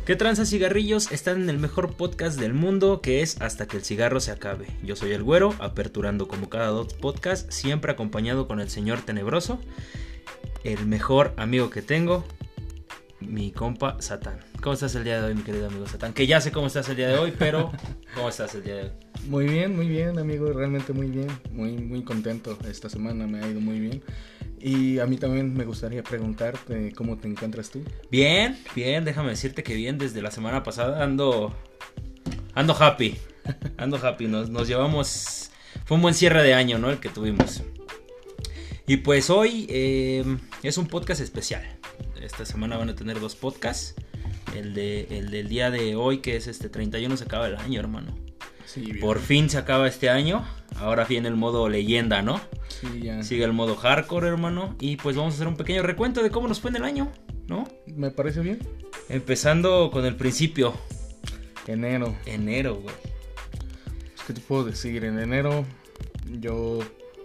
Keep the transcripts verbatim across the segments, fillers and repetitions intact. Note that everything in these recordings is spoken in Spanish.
¿Qué tranza, cigarrillos? Están en el mejor podcast del mundo, que es Hasta que el cigarro se acabe. Yo soy el Güero, aperturando como cada dos podcasts, siempre acompañado con el señor Tenebroso, el mejor amigo que tengo, mi compa Satán. ¿Cómo estás el día de hoy, mi querido amigo Satán? Que ya sé cómo estás el día de hoy, pero ¿cómo estás el día de hoy? Muy bien, muy bien, amigo, realmente muy bien. Muy, muy contento. Esta semana me ha ido muy bien. Y a mí también me gustaría preguntarte cómo te encuentras tú. Bien, bien, déjame decirte que bien. Desde la semana pasada ando ando happy. Ando happy, nos, nos llevamos... Fue un buen cierre de año, ¿no? El que tuvimos. Y pues hoy eh, es un podcast especial. Esta semana van a tener dos podcasts. El, de, el del día de hoy, que es este treinta y uno, se acaba el año, hermano. Sí, bien. Por fin se acaba este año. Ahora viene el modo leyenda, ¿no? Sí, ya. Sigue el modo hardcore, hermano. Y pues vamos a hacer un pequeño recuento de cómo nos fue en el año, ¿no? Me parece bien. Empezando con el principio. Enero. Enero, güey. ¿Qué te puedo decir? En enero yo...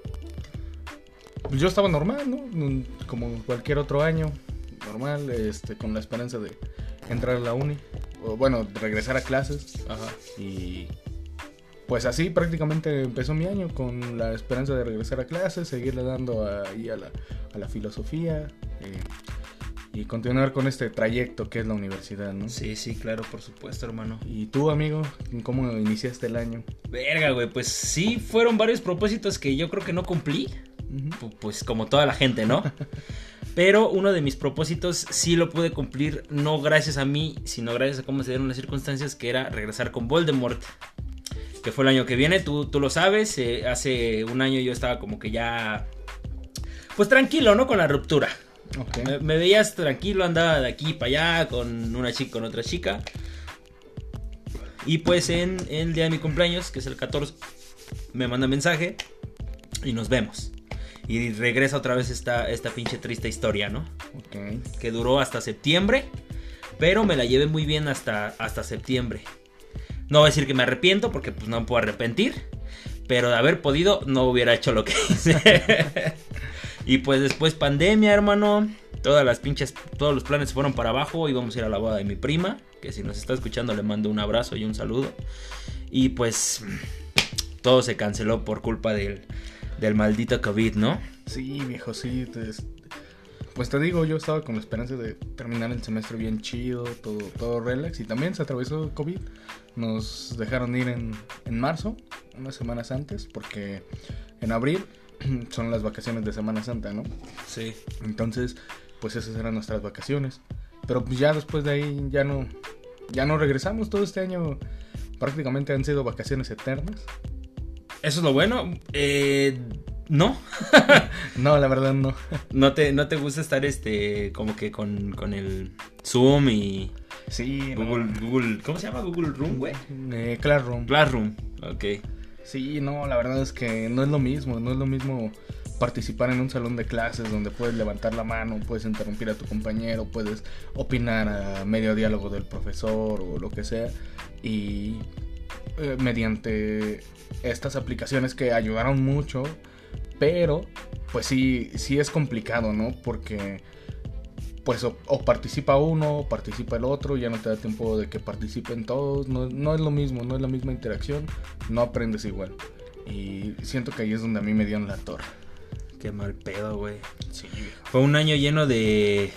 Yo estaba normal, ¿no? Como cualquier otro año. Normal, este, con la esperanza de entrar a la uni. O bueno, de regresar a clases. Ajá. Y... Pues así prácticamente empezó mi año, con la esperanza de regresar a clases, seguirle dando ahí a la, a la filosofía eh, y continuar con este trayecto que es la universidad, ¿no? Sí, sí, claro, por supuesto, hermano. ¿Y tú, amigo, cómo iniciaste el año? Verga, güey, pues sí fueron varios propósitos que yo creo que no cumplí, uh-huh. Pues como toda la gente, ¿no? Pero uno de mis propósitos sí lo pude cumplir, no gracias a mí, sino gracias a cómo se dieron las circunstancias, que era regresar con Voldemort. Que fue el año que viene, tú, tú lo sabes, eh, hace un año yo estaba como que ya, pues tranquilo, ¿no? Con la ruptura. Okay. Me, me veías tranquilo, andaba de aquí para allá con una chica, con otra chica. Y pues en, en el día de mi cumpleaños, que es el catorce, me manda mensaje y nos vemos. Y regresa otra vez esta, esta pinche triste historia, ¿no? Okay. Que duró hasta septiembre, pero me la llevé muy bien hasta, hasta septiembre. No voy a decir que me arrepiento, porque pues no me puedo arrepentir. Pero de haber podido, no hubiera hecho lo que hice. Y pues después pandemia, hermano. Todas las pinches, todos los planes se fueron para abajo. Íbamos a ir a la boda de mi prima, que si nos está escuchando le mando un abrazo y un saludo. Y pues todo se canceló por culpa del, del maldito COVID, ¿no? Sí, viejo, sí. Te, pues te digo, yo estaba con la esperanza de terminar el semestre bien chido, todo, todo relax. Y también se atravesó el COVID. Nos dejaron ir en, en marzo, unas semanas antes, porque en abril son las vacaciones de Semana Santa, ¿no? Sí. Entonces, pues esas eran nuestras vacaciones. Pero pues ya después de ahí ya no, ya no regresamos. Todo este año prácticamente han sido vacaciones eternas. Eso es lo bueno. Eh, no. No, la verdad no. ¿No te, no te gusta estar este como que con, con el Zoom y... Sí, Google, no. Google, ¿cómo se llama? Google Room, güey. Eh, Classroom. Classroom, ok. Sí, no, la verdad es que no es lo mismo, no es lo mismo participar en un salón de clases donde puedes levantar la mano, puedes interrumpir a tu compañero, puedes opinar a medio diálogo del profesor o lo que sea, y eh, mediante estas aplicaciones que ayudaron mucho, pero pues sí, sí es complicado, ¿no? Porque pues o, o participa uno, o participa el otro, ya no te da tiempo de que participen todos, no, no es lo mismo, no es la misma interacción, no aprendes igual. Y siento que ahí es donde a mí me dieron la torre. Qué mal pedo, güey. Sí. Fue un año lleno de...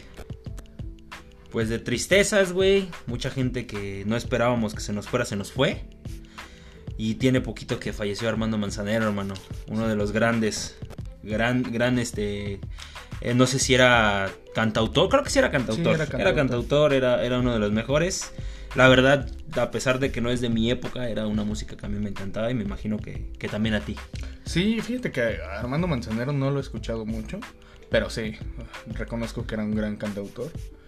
Pues de tristezas, güey. Mucha gente que no esperábamos que se nos fuera, se nos fue. Y tiene poquito que falleció Armando Manzanero, hermano. Uno de los grandes. Gran, gran, este... Eh, no sé si era cantautor, creo que sí era cantautor. Sí, era cantautor, era, cantautor era, era uno de los mejores. La verdad, a pesar de que no es de mi época, era una música que a mí me encantaba y me imagino que, que también a ti. Sí, fíjate que Armando Manzanero no lo he escuchado mucho, pero sí, reconozco que era un gran cantautor.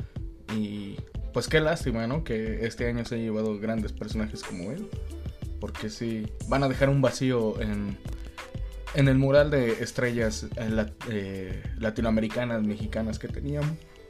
Y pues qué lástima, ¿no? Que este año se haya llevado grandes personajes como él, porque sí, van a dejar un vacío en... En el mural de estrellas eh, eh, latinoamericanas, mexicanas que teníamos.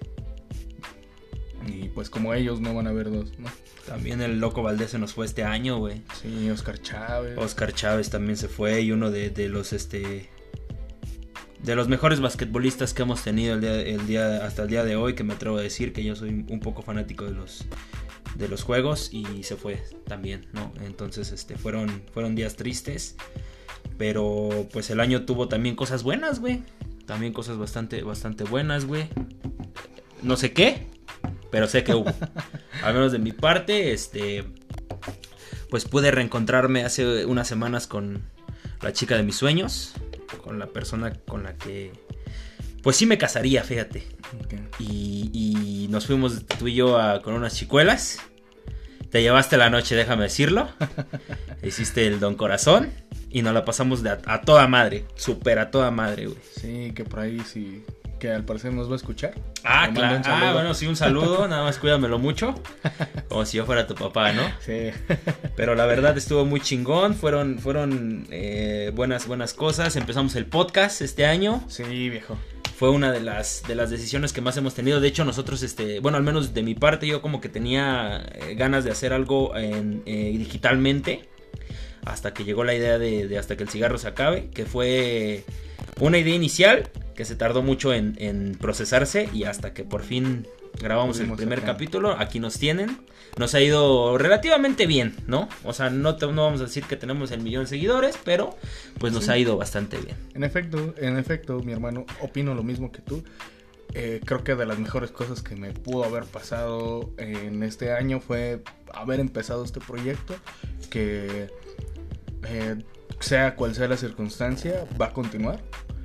Y pues como ellos no van a haber dos, ¿no? También el Loco Valdés se nos fue este año, güey. Sí, Oscar Chávez. Oscar Chávez también se fue. Y uno de, de los este de los mejores basquetbolistas que hemos tenido el día, el día hasta el día de hoy, que me atrevo a decir que yo soy un poco fanático de los de los juegos y se fue también, ¿no? Entonces, este, fueron, fueron días tristes, pero pues el año tuvo también cosas buenas, güey. También cosas bastante, bastante buenas, güey. No sé qué, pero sé que hubo. Al menos de mi parte, este, pues pude reencontrarme hace unas semanas con la chica de mis sueños, con la persona con la que, pues sí me casaría, fíjate. Okay. Y, y nos fuimos tú y yo a, con unas chicuelas. Te llevaste la noche, déjame decirlo. Hiciste el Don Corazón y nos la pasamos de a, a toda madre, súper a toda madre, güey. Sí, que por ahí sí, que al parecer nos va a escuchar. Ah, claro. Ah, bueno, sí, un saludo, nada más cuídamelo mucho. Como si yo fuera tu papá, ¿no? Sí. Pero la verdad estuvo muy chingón, fueron, fueron eh, buenas, buenas cosas. Empezamos el podcast este año. Sí, viejo. Fue una de las, de las decisiones que más hemos tenido. De hecho, nosotros, este, bueno, al menos de mi parte, yo como que tenía eh, ganas de hacer algo en, eh, digitalmente. Hasta que llegó la idea de, de Hasta que el cigarro se acabe. Que fue una idea inicial que se tardó mucho en, en procesarse. Y hasta que por fin grabamos el primer acá. capítulo, aquí nos tienen. Nos ha ido relativamente bien, ¿no? O sea, no, te, no vamos a decir que tenemos el millón de seguidores, pero pues nos sí. ha ido bastante bien. En efecto, en efecto, mi hermano, opino lo mismo que tú. Eh, creo que de las mejores cosas que me pudo haber pasado en este año fue haber empezado este proyecto, que eh, sea cual sea la circunstancia, va a continuar,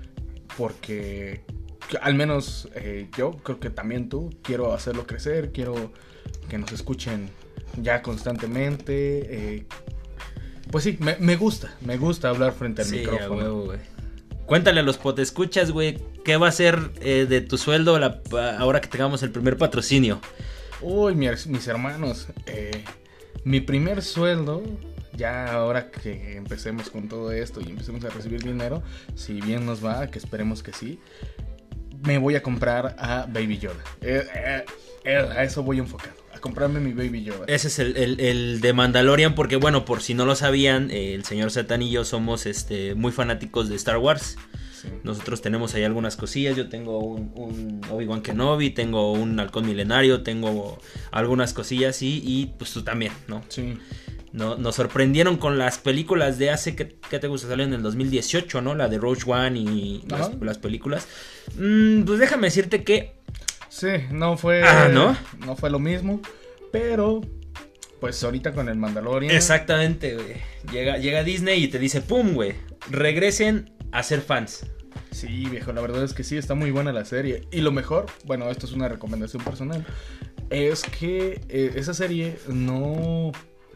porque al menos eh, yo, creo que también tú, quiero hacerlo crecer, quiero que nos escuchen ya constantemente. Eh, pues sí, me, me gusta, me gusta hablar frente al sí, micrófono. Huevo, güey. Cuéntale a los potescuchas, güey, ¿qué va a ser eh, de tu sueldo la, ahora que tengamos el primer patrocinio? Uy, mis, mis hermanos, eh, mi primer sueldo, ya ahora que empecemos con todo esto y empecemos a recibir dinero, si bien nos va, que esperemos que sí, me voy a comprar a Baby Yoda. Eh, eh, eh, a eso voy enfocado, a comprarme mi Baby Yoda. Ese es el, el, el de Mandalorian, porque bueno, por si no lo sabían, eh, el señor Satán y yo somos este, muy fanáticos de Star Wars. Sí. Nosotros tenemos ahí algunas cosillas. Yo tengo un, un Obi-Wan Kenobi, tengo un halcón milenario, tengo algunas cosillas y, y pues tú también, ¿no? Sí. No, nos sorprendieron con las películas de hace, ¿qué, qué te gusta? Salió en el dos mil dieciocho, ¿no? La de Rogue One y las, las películas. Mm, pues déjame decirte que... Sí, no fue... Ah, ¿no? No fue lo mismo, pero... Pues ahorita con el Mandalorian... Exactamente, güey. Llega, llega Disney y te dice, ¡pum, güey! Regresen a ser fans. Sí, viejo, la verdad es que sí, está muy buena la serie. Y lo mejor, bueno, esto es una recomendación personal, es que eh, esa serie no...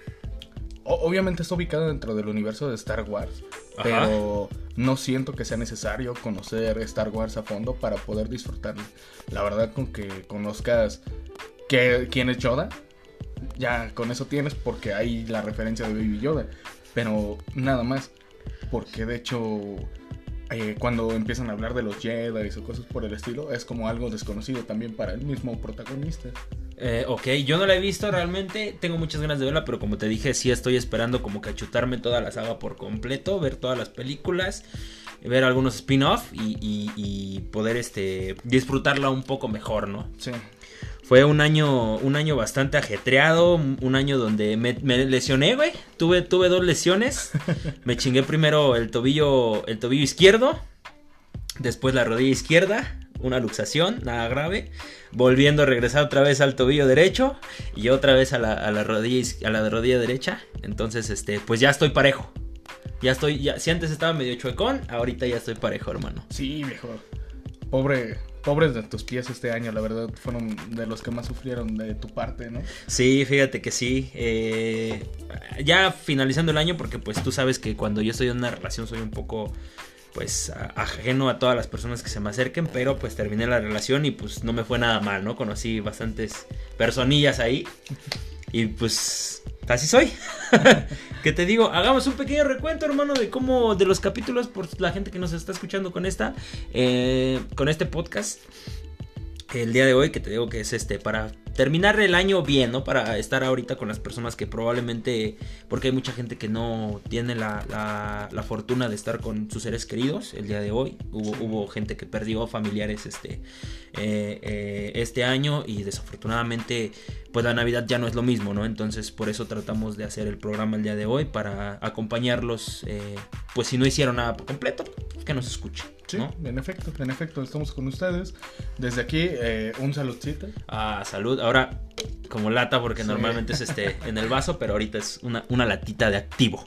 Obviamente está ubicada dentro del universo de Star Wars. Ajá. Pero no siento que sea necesario conocer Star Wars a fondo para poder disfrutarla. La verdad, con que conozcas que, quién es Yoda, ya con eso tienes, porque hay la referencia de Baby Yoda. Pero nada más, porque de hecho... Eh, cuando empiezan a hablar de los Jedi o cosas por el estilo, es como algo desconocido también para el mismo protagonista. Eh, ok, yo no la he visto realmente, tengo muchas ganas de verla, pero como te dije, sí estoy esperando como que achutarme toda la saga por completo, ver todas las películas, ver algunos spin-off y, y, y poder este disfrutarla un poco mejor, ¿no? Sí. Fue un año, un año bastante ajetreado, un año donde me, me lesioné, güey. Tuve, tuve dos lesiones. Me chingué primero el tobillo, el tobillo izquierdo, después la rodilla izquierda, una luxación, nada grave. Volviendo a regresar otra vez al tobillo derecho y otra vez a la, a la rodilla, a la rodilla derecha. Entonces, este, pues ya estoy parejo. Ya estoy, ya, si antes estaba medio chuecón, ahorita ya estoy parejo, hermano. Sí, viejo. Pobre, pobres de tus pies este año, la verdad, fueron de los que más sufrieron de tu parte, ¿no? Sí, fíjate que sí. Eh, ya finalizando el año, porque pues tú sabes que cuando yo estoy en una relación soy un poco, pues, ajeno a todas las personas que se me acerquen, pero pues terminé la relación y pues no me fue nada mal, ¿no? Conocí bastantes personillas ahí y pues... Así soy. ¿Qué te digo? Hagamos un pequeño recuento, hermano, de cómo, de los capítulos, por la gente que nos está escuchando con esta, eh, con este podcast. El día de hoy, que te digo que es este, para terminar el año bien, ¿no? Para estar ahorita con las personas que probablemente, porque hay mucha gente que no tiene la, la, la fortuna de estar con sus seres queridos el día de hoy. Hubo, sí. hubo gente que perdió familiares este, eh, eh, este año y desafortunadamente pues la Navidad ya no es lo mismo, ¿no? Entonces por eso tratamos de hacer el programa el día de hoy para acompañarlos, eh, pues si no hicieron nada por completo, pues que nos escuchen. Sí, ¿no? en efecto, en efecto, estamos con ustedes. Desde aquí, eh, un saludcito. Ah, salud. Ahora, como lata, porque sí. normalmente es este en el vaso, pero ahorita es una, una latita de activo.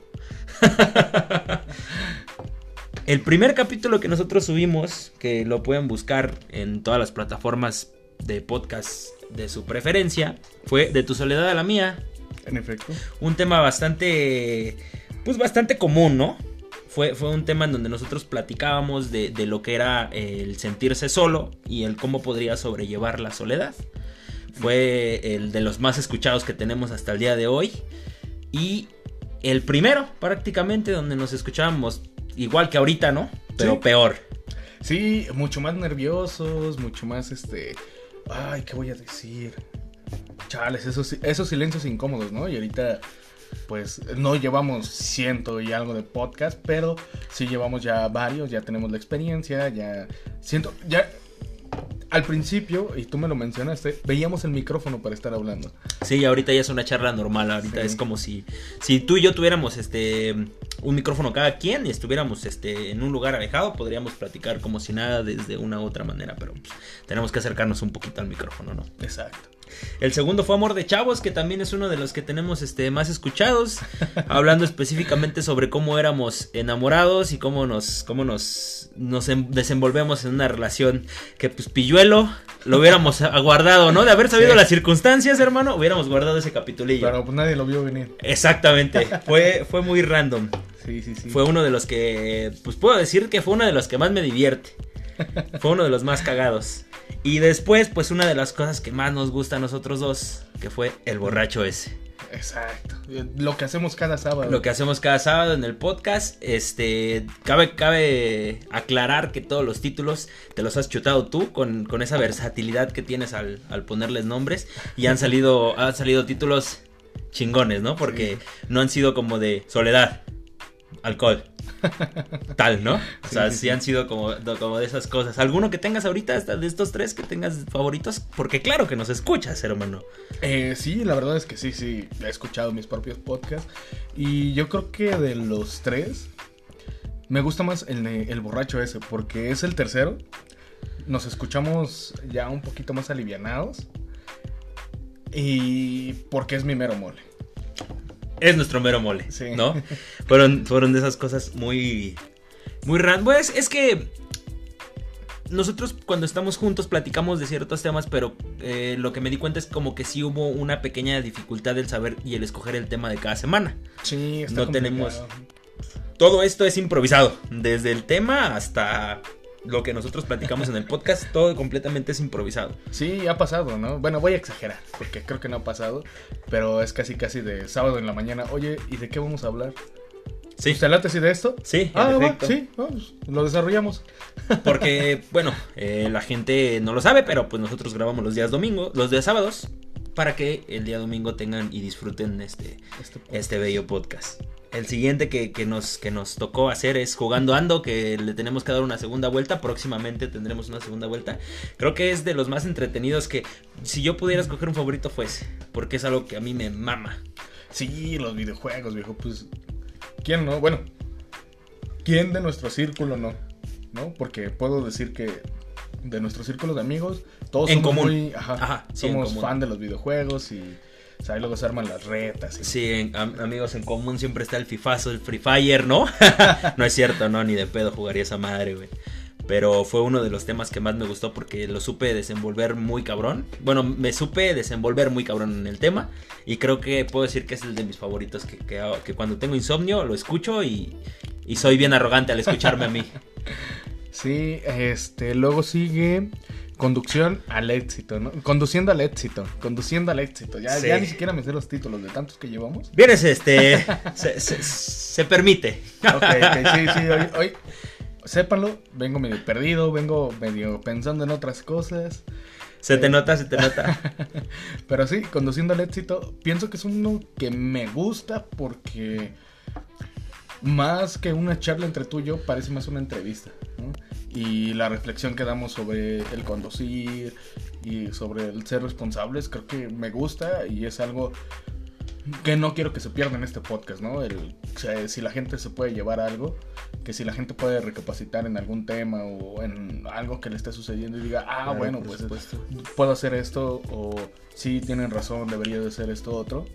El primer capítulo que nosotros subimos, que lo pueden buscar en todas las plataformas de podcast de su preferencia, fue De tu soledad a la mía. En efecto. Un tema bastante, pues bastante común, ¿no? Fue, fue un tema en donde nosotros platicábamos de, de lo que era el sentirse solo y el cómo podría sobrellevar la soledad. Fue el de los más escuchados que tenemos hasta el día de hoy. Y el primero, prácticamente, donde nos escuchábamos igual que ahorita, ¿no? Pero sí. peor. Sí, mucho más nerviosos, mucho más este... Ay, ¿qué voy a decir? Chales, esos, esos silencios incómodos, ¿no? Y ahorita... Pues no llevamos ciento y algo de podcast, pero sí llevamos ya varios, ya tenemos la experiencia, ya siento, ya al principio, y tú me lo mencionaste, veíamos el micrófono para estar hablando. Sí, ahorita ya es una charla normal, ahorita sí. es como si, si tú y yo tuviéramos este un micrófono cada quien y estuviéramos este en un lugar alejado, podríamos platicar como si nada desde una u otra manera, pero pues, tenemos que acercarnos un poquito al micrófono, ¿no? Exacto. El segundo fue Amor de Chavos, que también es uno de los que tenemos este, más escuchados, hablando específicamente sobre cómo éramos enamorados y cómo nos, cómo nos, nos desenvolvemos en una relación que pues pilluelo lo hubiéramos aguardado, ¿no? De haber sabido sí. las circunstancias, hermano, hubiéramos guardado ese capitulillo. Pero pues nadie lo vio venir. Exactamente, fue, fue muy random. Sí, sí, sí. Fue uno de los que, pues puedo decir que fue uno de los que más me divierte. Fue uno de los más cagados. Y después, pues una de las cosas que más nos gusta a nosotros dos, que fue el borracho ese. Exacto. Lo que hacemos cada sábado. Lo que hacemos cada sábado en el podcast. Este, cabe, cabe aclarar que todos los títulos te los has chutado tú con, con esa versatilidad que tienes al, al ponerles nombres. Y han salido, han salido títulos chingones, ¿no? Porque sí. no han sido como de soledad, alcohol, tal, ¿no? O sí, sea, sí, sí han sido como, como de esas cosas. ¿Alguno que tengas ahorita hasta de estos tres que tengas favoritos? Porque claro que nos escuchas, hermano. Eh, sí, la verdad es que sí, sí, he escuchado mis propios podcasts. Y yo creo que de los tres, me gusta más el, el borracho ese, porque es el tercero. Nos escuchamos ya un poquito más alivianados. Y porque es mi mero mole. Es nuestro mero mole, sí. ¿no? Fueron, fueron de esas cosas muy, muy random. Pues es que nosotros cuando estamos juntos platicamos de ciertos temas, pero eh, lo que me di cuenta es como que sí hubo una pequeña dificultad del saber y el escoger el tema de cada semana. Sí, está no complicado. tenemos. Todo esto es improvisado, desde el tema hasta lo que nosotros platicamos en el podcast, todo completamente es improvisado. Sí, ha pasado, ¿no? Bueno, voy a exagerar, porque creo que no ha pasado, pero es casi casi de sábado en la mañana. Oye, ¿y de qué vamos a hablar? Sí. ¿Te late así de esto? Sí, ah, en va, efecto. Sí, vamos, lo desarrollamos. Porque, bueno, eh, la gente no lo sabe, pero pues nosotros grabamos los días domingos, los días sábados, para que el día domingo tengan y disfruten este, este, este bello podcast. El siguiente que, que, nos, que nos tocó hacer es Jugando Ando, que le tenemos que dar una segunda vuelta. Próximamente tendremos una segunda vuelta. Creo que es de los más entretenidos que, si yo pudiera escoger un favorito, fuese. Porque es algo que a mí me mama. Sí, los videojuegos, viejo, pues... ¿Quién no? Bueno, ¿quién de nuestro círculo no? ¿No? Porque puedo decir que de nuestro círculo de amigos, todos en somos común. muy... Ajá, ajá sí, somos fan de los videojuegos y... O sea, ahí luego se arman las retas. Y... Sí, en, am, amigos, en común siempre está el fifazo, el Free Fire, ¿no? No es cierto, no, ni de pedo jugaría esa madre, güey. Pero fue uno de los temas que más me gustó porque lo supe desenvolver muy cabrón. Bueno, me supe desenvolver muy cabrón en el tema. Y creo que puedo decir que es el de mis favoritos. Que, que, que cuando tengo insomnio lo escucho y, y soy bien arrogante al escucharme a mí. Sí, este, luego sigue... Conducción al éxito, ¿no? Conduciendo al éxito, conduciendo al éxito. Ya, sí. ya ni siquiera me sé los títulos de tantos que llevamos. Vienes, este, se, se, se permite. Ok, ok, sí, sí, hoy, hoy, sépanlo, vengo medio perdido, vengo medio pensando en otras cosas. Se te nota, se te nota. Pero sí, Conduciendo al Éxito, pienso que es uno que me gusta porque más que una charla entre tú y yo, parece más una entrevista, ¿no? Y la reflexión que damos sobre el conducir y sobre el ser responsables, creo que me gusta y es algo que no quiero que se pierda en este podcast, ¿no? El, o sea, si la gente se puede llevar algo, que si la gente puede recapacitar en algún tema o en algo que le esté sucediendo y diga, ah, claro, bueno, pues supuesto. puedo hacer esto, o sí, tienen razón, debería de hacer esto otro.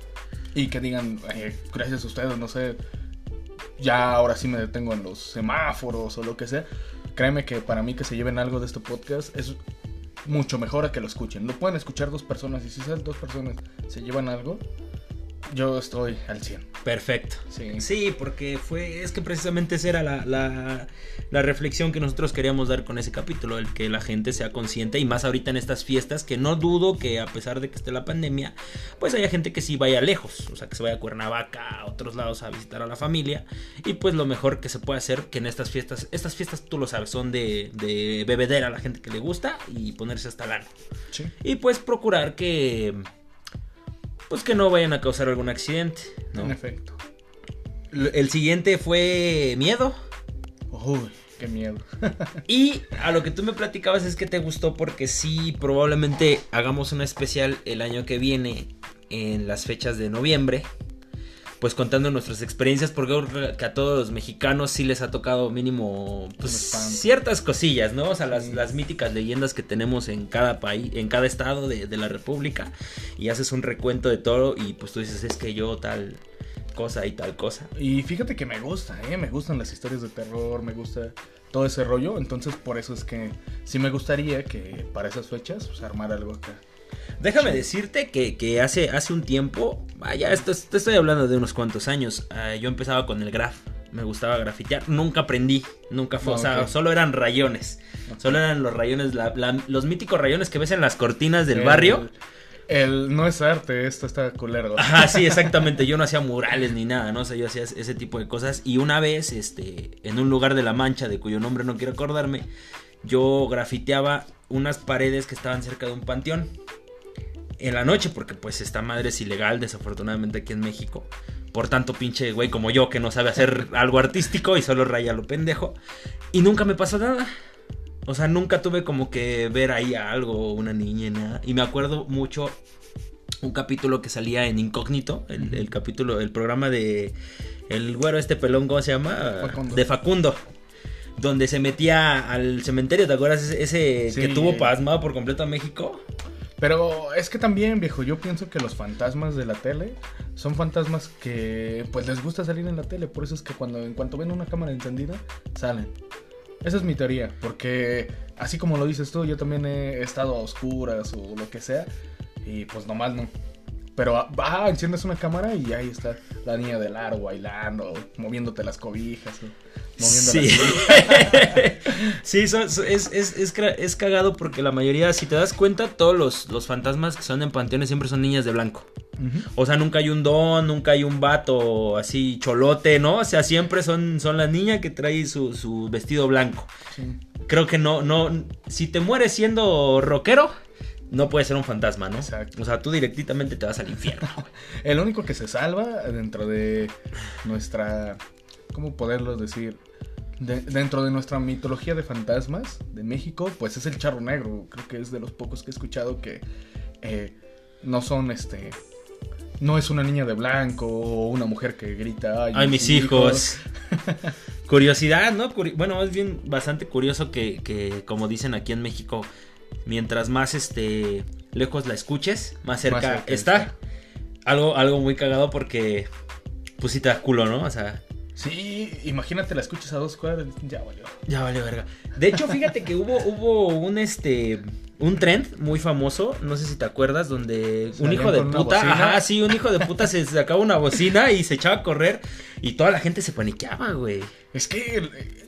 Y que digan, eh, gracias a ustedes, no sé, ya ahora sí me detengo en los semáforos o lo que sea. Créeme que para mí que se lleven algo de este podcast es mucho mejor a que lo escuchen. Lo pueden escuchar dos personas y si esas dos personas se llevan algo, yo estoy al cien. Perfecto. Sí, sí, porque fue, es que precisamente esa era la, la, la reflexión que nosotros queríamos dar con ese capítulo, el que la gente sea consciente, y más ahorita en estas fiestas, que no dudo que a pesar de que esté la pandemia, pues haya gente que sí vaya lejos, o sea, que se vaya a Cuernavaca, a otros lados a visitar a la familia, y pues lo mejor que se puede hacer, que en estas fiestas, estas fiestas tú lo sabes, son de, de bebedera a la gente que le gusta y ponerse hasta lano. Sí. Y pues procurar que... pues que no vayan a causar algún accidente, ¿no? En efecto. El siguiente fue miedo. Uy, qué miedo. Y a lo que tú me platicabas es que te gustó porque sí, probablemente hagamos una especial el año que viene en las fechas de noviembre, pues contando nuestras experiencias, porque creo que a todos los mexicanos sí les ha tocado mínimo pues, ciertas cosillas, ¿no? O sea, las, sí. las míticas leyendas que tenemos en cada país, en cada estado de, de la república, y haces un recuento de todo y pues tú dices, es que yo tal cosa y tal cosa. Y fíjate que me gusta, ¿eh? Me gustan las historias de terror, me gusta todo ese rollo, entonces por eso es que sí me gustaría que para esas fechas pues armar algo acá. Déjame decirte que, que hace, hace un tiempo, vaya, esto, te estoy hablando de unos cuantos años, uh, yo empezaba con el graf, me gustaba grafitear, nunca aprendí, nunca fue, no, o sea, okay. solo eran rayones, okay. solo eran los rayones, la, la, los míticos rayones que ves en las cortinas del el, barrio. El no es arte, esto está culero. Ajá, sí, exactamente, yo no hacía murales ni nada, ¿no? O sea, yo hacía ese tipo de cosas, y una vez, este, en un lugar de La Mancha, de cuyo nombre no quiero acordarme, yo grafiteaba unas paredes que estaban cerca de un panteón. En la noche, porque pues esta madre es ilegal, desafortunadamente aquí en México. Por tanto, pinche güey como yo que no sabe hacer algo artístico y solo raya lo pendejo. Y nunca me pasó nada. O sea, nunca tuve como que ver ahí a algo, una niña, nada. Y me acuerdo mucho un capítulo que salía en Incógnito, el, el capítulo, el programa de el güero este pelón, ¿cómo se llama? Facundo. De Facundo. Donde se metía al cementerio, ¿te acuerdas? Ese, ese sí. que tuvo pasmado por completo a México. Pero es que también, viejo, yo pienso que los fantasmas de la tele son fantasmas que pues les gusta salir en la tele. Por eso es que cuando en cuanto ven una cámara encendida, salen. Esa es mi teoría, porque así como lo dices tú, yo también he estado a oscuras o lo que sea, y pues nomás no. Pero ah, enciendes una cámara y ahí está la niña del aro bailando, moviéndote las cobijas, ¿no? Moviendo sí, las sí son, son, es, es, es, es cagado porque la mayoría, si te das cuenta, todos los, los fantasmas que son en panteones siempre son niñas de blanco. Uh-huh. O sea, nunca hay un don, nunca hay un vato así cholote, ¿no? O sea, siempre son, son la niña que trae su, su vestido blanco. Sí. Creo que no, no, si te mueres siendo rockero, no puede ser un fantasma, ¿no? Exacto. O sea, tú directamente te vas al infierno. El único que se salva dentro de nuestra... ¿Cómo poderlo decir? De, dentro de nuestra mitología de fantasmas de México, pues es el Charro Negro. Creo que es de los pocos que he escuchado que eh, no son este... No es una niña de blanco o una mujer que grita... ¡Ay, Ay mis hijos! hijos. Curiosidad, ¿no? Curi- bueno, es bien bastante curioso que, que, como dicen aquí en México, mientras más este lejos la escuches, más cerca, más cerca está. está. Algo, algo muy cagado porque pues sí te da culo, ¿no? O sea... Sí, imagínate la escuchas a dos cuadras, ya valió. Ya valió verga. De hecho, fíjate que hubo, hubo un este un trend muy famoso, no sé si te acuerdas, donde un hijo de puta, ajá, sí, un hijo de puta se sacaba una bocina y se echaba a correr y toda la gente se paniqueaba, güey. Es que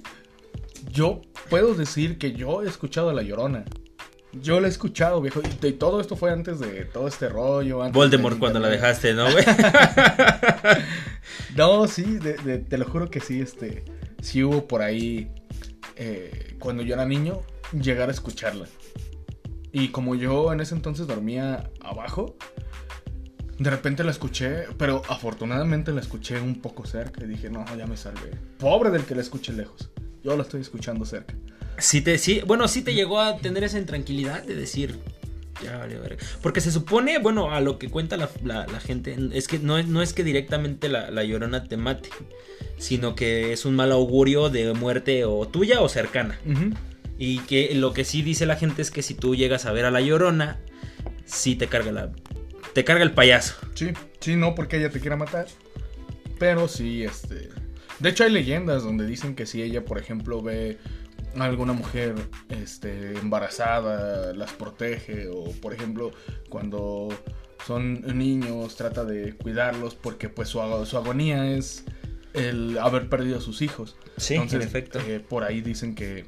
yo puedo decir que yo he escuchado a La Llorona. Yo la he escuchado, viejo, y todo esto fue antes de todo este rollo. Antes Voldemort cuando la dejaste, ¿no, güey? No, sí, de, de, te lo juro que sí, este, sí hubo por ahí eh, cuando yo era niño, llegar a escucharla. Y como yo en ese entonces dormía abajo, de repente la escuché, pero afortunadamente la escuché un poco cerca y dije, no, ya me salvé. Pobre del que la escuche lejos. Yo la estoy escuchando cerca. Sí, te, sí, bueno, sí te llegó a tener esa intranquilidad de decir... Ya, vale, vale. Porque se supone, bueno, a lo que cuenta la, la, la gente, es que no es, no es que directamente la, la Llorona te mate, sino que es un mal augurio de muerte o tuya o cercana. Uh-huh. Y que lo que sí dice la gente es que si tú llegas a ver a la Llorona, sí te carga la, te carga el payaso. Sí, sí, no porque ella te quiera matar, pero sí, este... De hecho hay leyendas donde dicen que si ella, por ejemplo, ve... alguna mujer este, embarazada, las protege, o por ejemplo cuando son niños trata de cuidarlos porque pues su, su agonía es el haber perdido a sus hijos. Sí, entonces, en efecto. Eh, por ahí dicen que,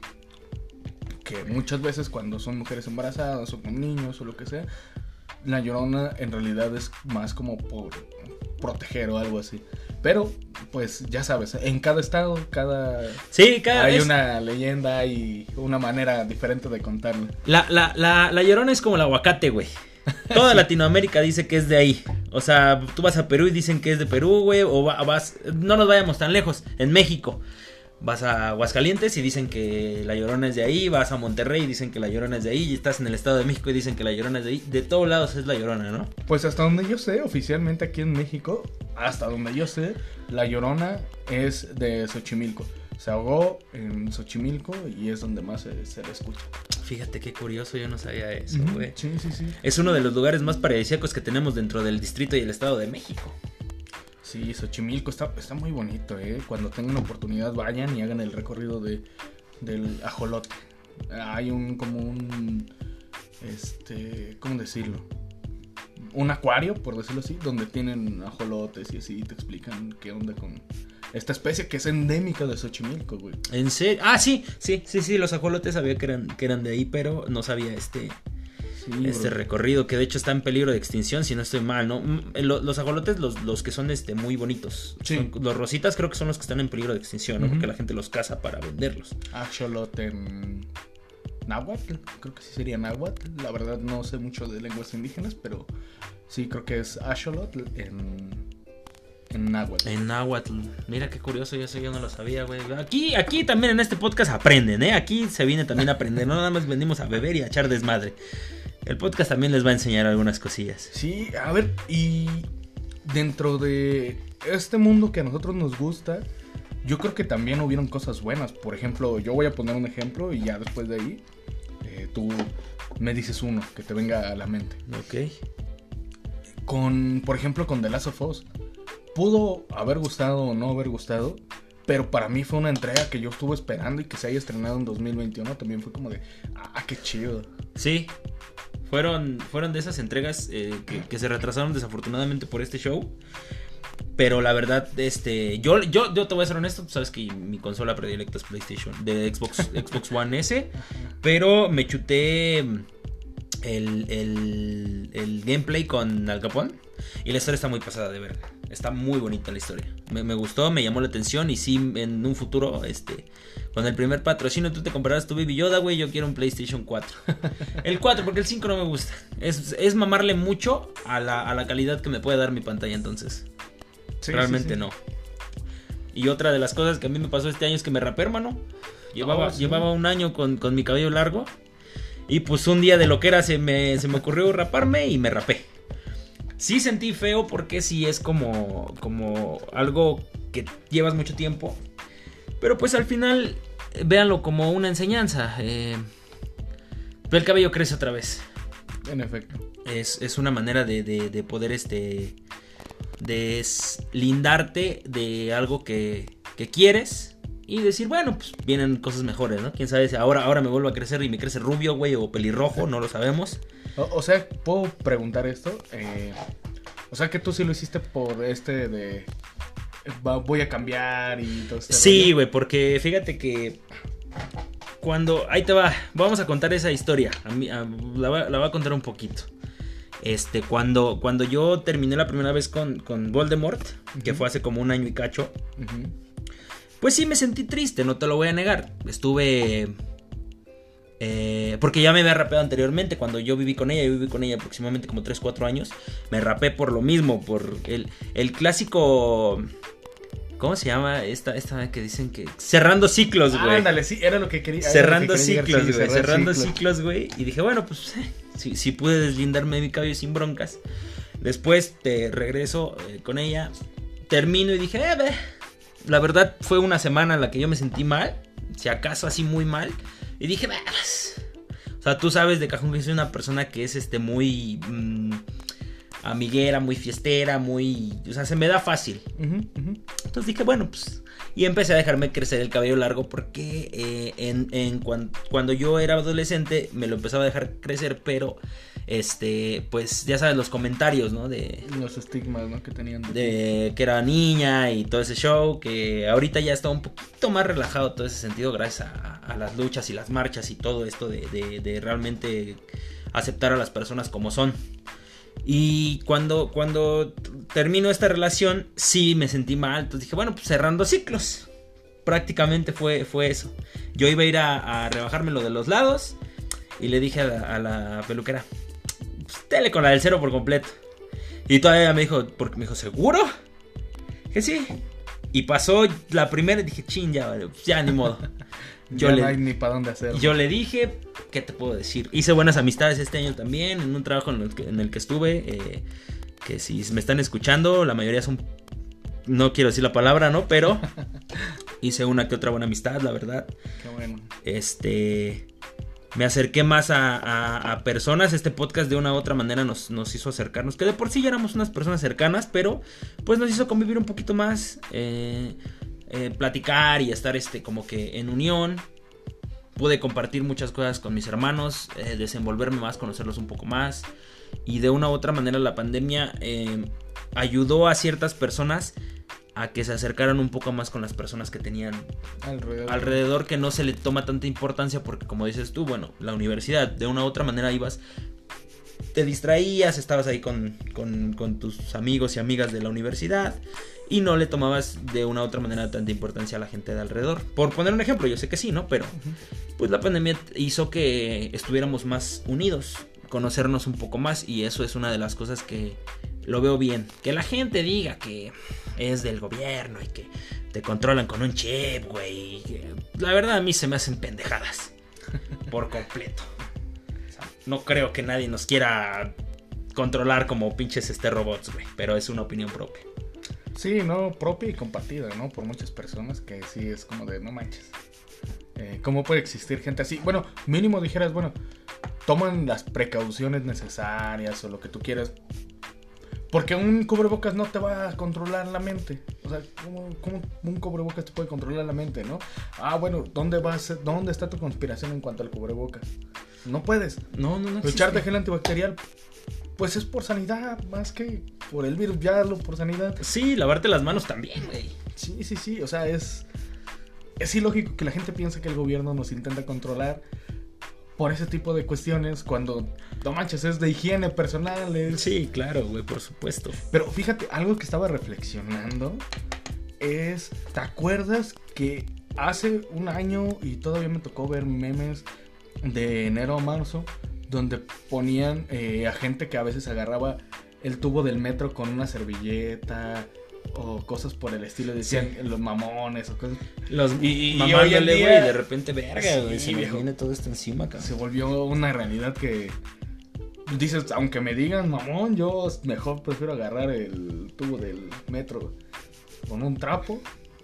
que muchas veces cuando son mujeres embarazadas o con niños o lo que sea, la Llorona en realidad es más como por proteger o algo así. Pero, pues, ya sabes, en cada estado, cada... Sí, cada hay vez... una leyenda y una manera diferente de contarlo. La, la, la, la Llorona es como el aguacate, güey. Toda sí. Latinoamérica dice que es de ahí. O sea, tú vas a Perú y dicen que es de Perú, güey. O va, vas... No nos vayamos tan lejos. En México. Vas a Aguascalientes y dicen que la Llorona es de ahí. Vas a Monterrey y dicen que la Llorona es de ahí. Y estás en el Estado de México y dicen que la Llorona es de ahí. De todos lados es la Llorona, ¿no? Pues hasta donde yo sé, oficialmente aquí en México, hasta donde yo sé, la Llorona es de Xochimilco. Se ahogó en Xochimilco y es donde más se, se le escucha. Fíjate qué curioso, yo no sabía eso, güey. Mm, sí, sí, sí. Es uno de los lugares más paradisíacos que tenemos dentro del distrito y el Estado de México. Sí, Xochimilco está, está muy bonito, ¿eh? Cuando tengan oportunidad vayan y hagan el recorrido de, del ajolote. Hay un, como un, este, ¿cómo decirlo? Un acuario, por decirlo así, donde tienen ajolotes y así te explican qué onda con esta especie que es endémica de Xochimilco, güey. ¿En serio? Ah, sí, sí, sí, sí, los ajolotes sabía que eran, que eran de ahí, pero no sabía este... Sí, este bro. recorrido, que de hecho está en peligro de extinción, si no estoy mal, ¿no? Los, los ajolotes, los, los que son este muy bonitos. Sí. Son, los rositas creo que son los que están en peligro de extinción, ¿no? Uh-huh. Porque la gente los caza para venderlos. Axolotl en náhuatl, creo que sí sería náhuatl. La verdad no sé mucho de lenguas indígenas, pero sí creo que es axolotl en, en náhuatl. En náhuatl. Mira qué curioso, eso yo no lo sabía, güey. Aquí, aquí también en este podcast aprenden, ¿eh? Aquí se viene también a aprender, no nada más venimos a beber y a echar desmadre. El podcast también les va a enseñar algunas cosillas. Sí, a ver, y dentro de este mundo que a nosotros nos gusta, yo creo que también hubieron cosas buenas. Por ejemplo, yo voy a poner un ejemplo y ya después de ahí eh, tú me dices uno que te venga a la mente. Ok. Con, por ejemplo, con The Last of Us. Pudo haber gustado o no haber gustado, pero para mí fue una entrega que yo estuve esperando y que se haya estrenado en dos mil veintiuno. También fue como de, ah, qué chido. Sí. Fueron, fueron de esas entregas eh, que, que se retrasaron desafortunadamente por este show. Pero la verdad, este, yo, yo, yo te voy a ser honesto, tú sabes que mi consola predilecta es PlayStation, de Xbox, Xbox One S. Pero me chuté el, el, el gameplay con Al Capone y la historia está muy pasada de verga. Está muy bonita la historia. Me, me gustó, me llamó la atención. Y sí, en un futuro, este, con el primer patrocinio, tú te comprarás tu Baby Yoda, güey. Yo quiero un PlayStation cuatro. El cuatro, porque el cinco no me gusta. Es, es mamarle mucho a la, a la calidad que me puede dar mi pantalla, entonces. Sí, realmente sí, sí. No. Y otra de las cosas que a mí me pasó este año es que me rapé, hermano. Llevaba, oh, sí. llevaba un año con, con mi cabello largo. Y pues un día de loquera se me, se me ocurrió raparme y me rapé. Sí sentí feo porque sí es como, como algo que llevas mucho tiempo. Pero pues al final, véanlo como una enseñanza. Eh, el cabello crece otra vez. En efecto. Es, es una manera de, de, de poder este, deslindarte de algo que, que quieres. Y decir, bueno, pues vienen cosas mejores, ¿no? Quién sabe si ahora, ahora me vuelvo a crecer y me crece rubio, güey, o pelirrojo, no lo sabemos. O, o sea, ¿puedo preguntar esto? Eh, o sea, que tú sí lo hiciste por este de... Va, voy a cambiar y todo eso. Sí, güey, porque fíjate que... Cuando... Ahí te va, vamos a contar esa historia. A mí, a, la, va, la voy a contar un poquito. Este, cuando, cuando yo terminé la primera vez con, con Voldemort, uh-huh. que fue hace como un año y cacho... Uh-huh. Pues sí me sentí triste, no te lo voy a negar. Estuve... Eh, porque ya me había rapeado anteriormente. Cuando yo viví con ella, yo viví con ella aproximadamente como tres, cuatro años. Me rapé por lo mismo, por el, el clásico... ¿Cómo se llama? Esta, esta que dicen que... Cerrando ciclos, güey. Ah, ándale, sí, era lo que quería. Cerrando que quería ciclos, llegar, sí, güey. Cerrando ciclos. ciclos, güey. Y dije, bueno, pues eh, sí, sí pude deslindarme de mi cabello sin broncas. Después te regreso eh, con ella. Termino y dije, eh, ve. La verdad fue una semana en la que yo me sentí mal. Si acaso así muy mal. Y dije, ve. O sea, tú sabes de cajón que soy una persona que es este muy... Mmm, amiguera, muy fiestera, muy... O sea, se me da fácil. Uh-huh, uh-huh. Entonces dije, bueno, pues... Y empecé a dejarme crecer el cabello largo porque eh, en, en cuan, cuando yo era adolescente me lo empezaba a dejar crecer, pero... Este, pues ya sabes, los comentarios, ¿no? De... Los estigmas, ¿no? Que tenían. De, de que era niña y todo ese show, que ahorita ya está un poquito más relajado todo ese sentido gracias a, a las luchas y las marchas y todo esto de, de, de realmente aceptar a las personas como son. Y cuando, cuando terminó esta relación, sí me sentí mal. Entonces dije, bueno, pues cerrando ciclos. Prácticamente fue, fue eso. Yo iba a ir a, a rebajarme lo de los lados. Y le dije a la, a la peluquera, pues dele con la del cero por completo. Y todavía me dijo, porque me dijo, ¿seguro? Que sí. Y pasó la primera y dije, chin, ya vale, ya ni modo. Yo ya le, no hay ni para dónde hacerlo. Yo le dije, ¿qué te puedo decir? Hice buenas amistades este año también, en un trabajo en el que, en el que estuve, eh, que si me están escuchando, la mayoría son, no quiero decir la palabra, ¿no? Pero hice una que otra buena amistad, la verdad. Qué bueno. Este... Me acerqué más a, a, a personas. Este podcast de una u otra manera nos, nos hizo acercarnos. Que de por sí ya éramos unas personas cercanas, pero pues nos hizo convivir un poquito más. Eh, eh, platicar y estar este, como que en unión. Pude compartir muchas cosas con mis hermanos. Eh, desenvolverme más, conocerlos un poco más. Y de una u otra manera la pandemia eh, ayudó a ciertas personas a que se acercaran un poco más con las personas que tenían alrededor. alrededor, que no se le toma tanta importancia porque, como dices tú, bueno, la universidad, de una u otra manera ibas, te distraías, estabas ahí con, con, con tus amigos y amigas de la universidad y no le tomabas de una u otra manera tanta importancia a la gente de alrededor. Por poner un ejemplo, yo sé que sí, ¿no? Pero pues la pandemia hizo que estuviéramos más unidos, conocernos un poco más, y eso es una de las cosas que lo veo bien. Que la gente diga que es del gobierno y que te controlan con un chip, güey. La verdad a mí se me hacen pendejadas por completo. O sea, no creo que nadie nos quiera controlar como pinches este robots, güey. Pero es una opinión propia. Sí, no, propia y compartida, ¿no? Por muchas personas, que sí es como de no manches. Eh, ¿Cómo puede existir gente así? Bueno, mínimo dijeras, bueno, toman las precauciones necesarias o lo que tú quieras. Porque un cubrebocas no te va a controlar la mente. O sea, ¿cómo, cómo un cubrebocas te puede controlar la mente, no? Ah, bueno, ¿dónde vas? ¿Dónde está tu conspiración en cuanto al cubrebocas? No puedes. No, no, no. Echarte gel antibacterial, pues es por sanidad, más que por el virus, ya lo por sanidad. Sí, lavarte las manos también, güey. Sí, sí, sí. O sea, es... Es ilógico que la gente piense que el gobierno nos intenta controlar por ese tipo de cuestiones, cuando, no manches, es de higiene personal. Es... Sí, claro, güey, por supuesto. Pero fíjate, algo que estaba reflexionando es, ¿te acuerdas que hace un año, y todavía me tocó ver memes de enero a marzo, donde ponían eh, a gente que a veces agarraba el tubo del metro con una servilleta o cosas por el estilo, decían sí, los mamones o cosas. Los y, y mamándole, güey, y de repente, verga, güey, sí, se me viene todo esto encima, cabrón. Se volvió una realidad que dices, aunque me digan mamón, yo mejor prefiero agarrar el tubo del metro con un trapo.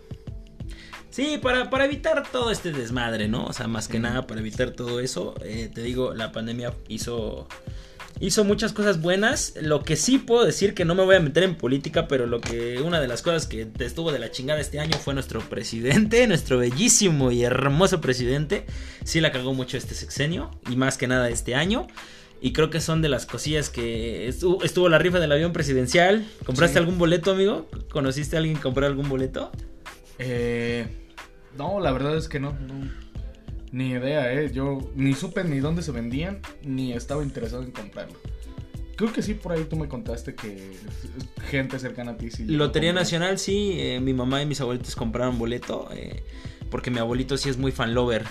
Sí, para, para evitar todo este desmadre, ¿no? O sea, más que nada para evitar todo eso, eh, te digo, la pandemia hizo... Hizo muchas cosas buenas. Lo que sí puedo decir, que no me voy a meter en política, pero lo que una de las cosas que estuvo de la chingada este año fue nuestro presidente, nuestro bellísimo y hermoso presidente. Sí la cagó mucho este sexenio, y más que nada este año. Y creo que son de las cosillas que... Estuvo, estuvo la rifa del avión presidencial. ¿Compraste sí. algún boleto, amigo? ¿Conociste a alguien que compró algún boleto? Eh... No, la verdad es que no, no. Ni idea, eh. Yo ni supe ni dónde se vendían, ni estaba interesado en comprarlo. creo que sí, por ahí tú me contaste que gente cercana a ti sí. Lotería Nacional, sí, eh, mi mamá y mis abuelitos compraron boleto, eh, porque mi abuelito sí es muy fan lover.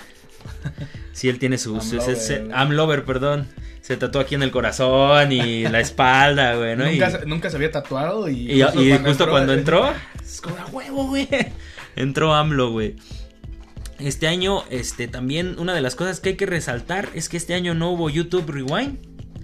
Sí, él tiene su... su Amlover, se, se, ¿no? Amlover, perdón. Se tatuó aquí en el corazón y la espalda, güey, ¿no? Nunca, y, se, nunca se había tatuado y... y, justo, y cuando justo entró, cuando entró, es como a huevo, güey. Entró AMLO, güey. Este año, este, también una de las cosas que hay que resaltar es que este año no hubo YouTube Rewind.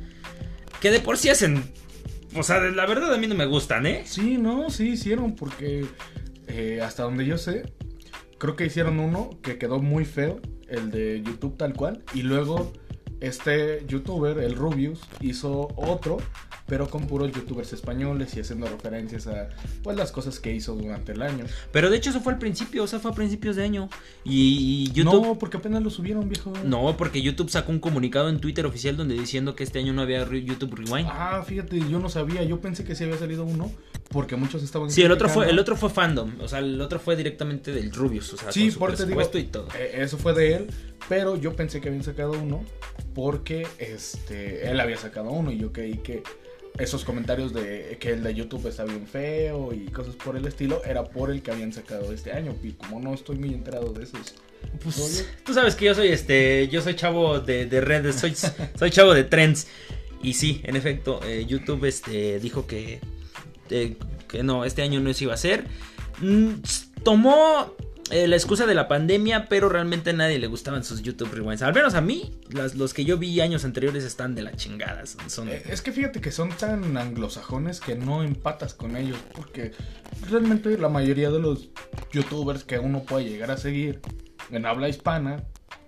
Que de por sí hacen... O sea, la verdad a mí no me gustan, ¿eh? Sí, no, sí hicieron porque eh, hasta donde yo sé, creo que hicieron uno que quedó muy feo, el de YouTube tal cual, y luego este youtuber, el Rubius, hizo otro, pero con puros youtubers españoles y haciendo referencias a pues las cosas que hizo durante el año. Pero de hecho eso fue al principio, o sea, fue a principios de año. Y, y YouTube... No, porque apenas lo subieron, viejo. No, porque YouTube sacó un comunicado en Twitter oficial donde diciendo que este año no había YouTube Rewind. Ah, fíjate, yo no sabía, yo pensé que sí había salido uno, porque muchos estaban... Sí, el otro fue el otro fue fandom, o sea, el otro fue directamente del Rubius, o sea, sí, con su por te digo, presupuesto y todo. Eh, eso fue de él, pero yo pensé que habían sacado uno porque este él había sacado uno y yo creí que esos comentarios de que el de YouTube está bien feo y cosas por el estilo era por el que habían sacado este año, y como no estoy muy enterado de esos. Pues, tú sabes que yo soy este, yo soy chavo de, de redes, soy, soy chavo de trends. Y sí, en efecto, eh, YouTube este dijo que, eh, que no, este año no se iba a hacer. Mm, tomó eh, la excusa de la pandemia, pero realmente a nadie le gustaban sus YouTube Rewinds. Al menos a mí, las, los que yo vi años anteriores están de la chingada. Son, son... Eh, es que fíjate que son tan anglosajones que no empatas con ellos, porque realmente la mayoría de los youtubers que uno puede llegar a seguir en habla hispana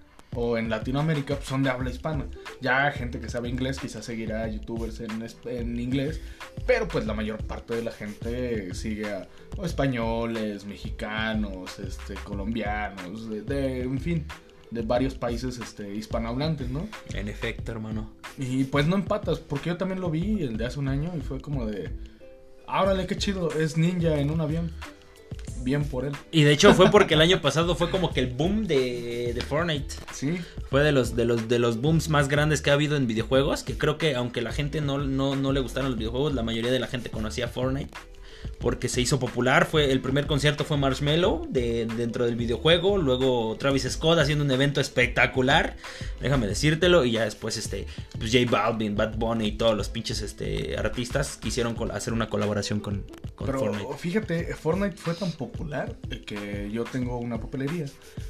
o en Latinoamérica pues son de habla hispana. Ya gente que sabe inglés quizás seguirá youtubers en, en inglés, pero pues la mayor parte de la gente sigue a o españoles, mexicanos, este, colombianos, de, de, en fin, de varios países este, hispanohablantes, ¿no? En efecto, hermano. Y pues no empatas, porque yo también lo vi el de hace un año y fue como de, árale, qué chido, es ninja en un avión. Bien por él. Y de hecho fue porque el año pasado fue como que el boom de, de Fortnite. Sí. Fue de los, de los de los booms más grandes que ha habido en videojuegos. Que creo que aunque la gente no, no, no le gustaron los videojuegos, la mayoría de la gente conocía Fortnite. Porque se hizo popular. Fue, el primer concierto fue Marshmello de, dentro del videojuego. Luego Travis Scott haciendo un evento espectacular. Déjame decírtelo. Y ya después este pues J Balvin, Bad Bunny y todos los pinches este, artistas quisieron col- hacer una colaboración con, con Pero Fortnite. fíjate, Fortnite fue tan popular que yo tengo una papelería.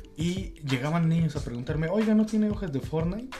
Y llegaban niños a preguntarme, oiga, ¿no tiene hojas de Fortnite?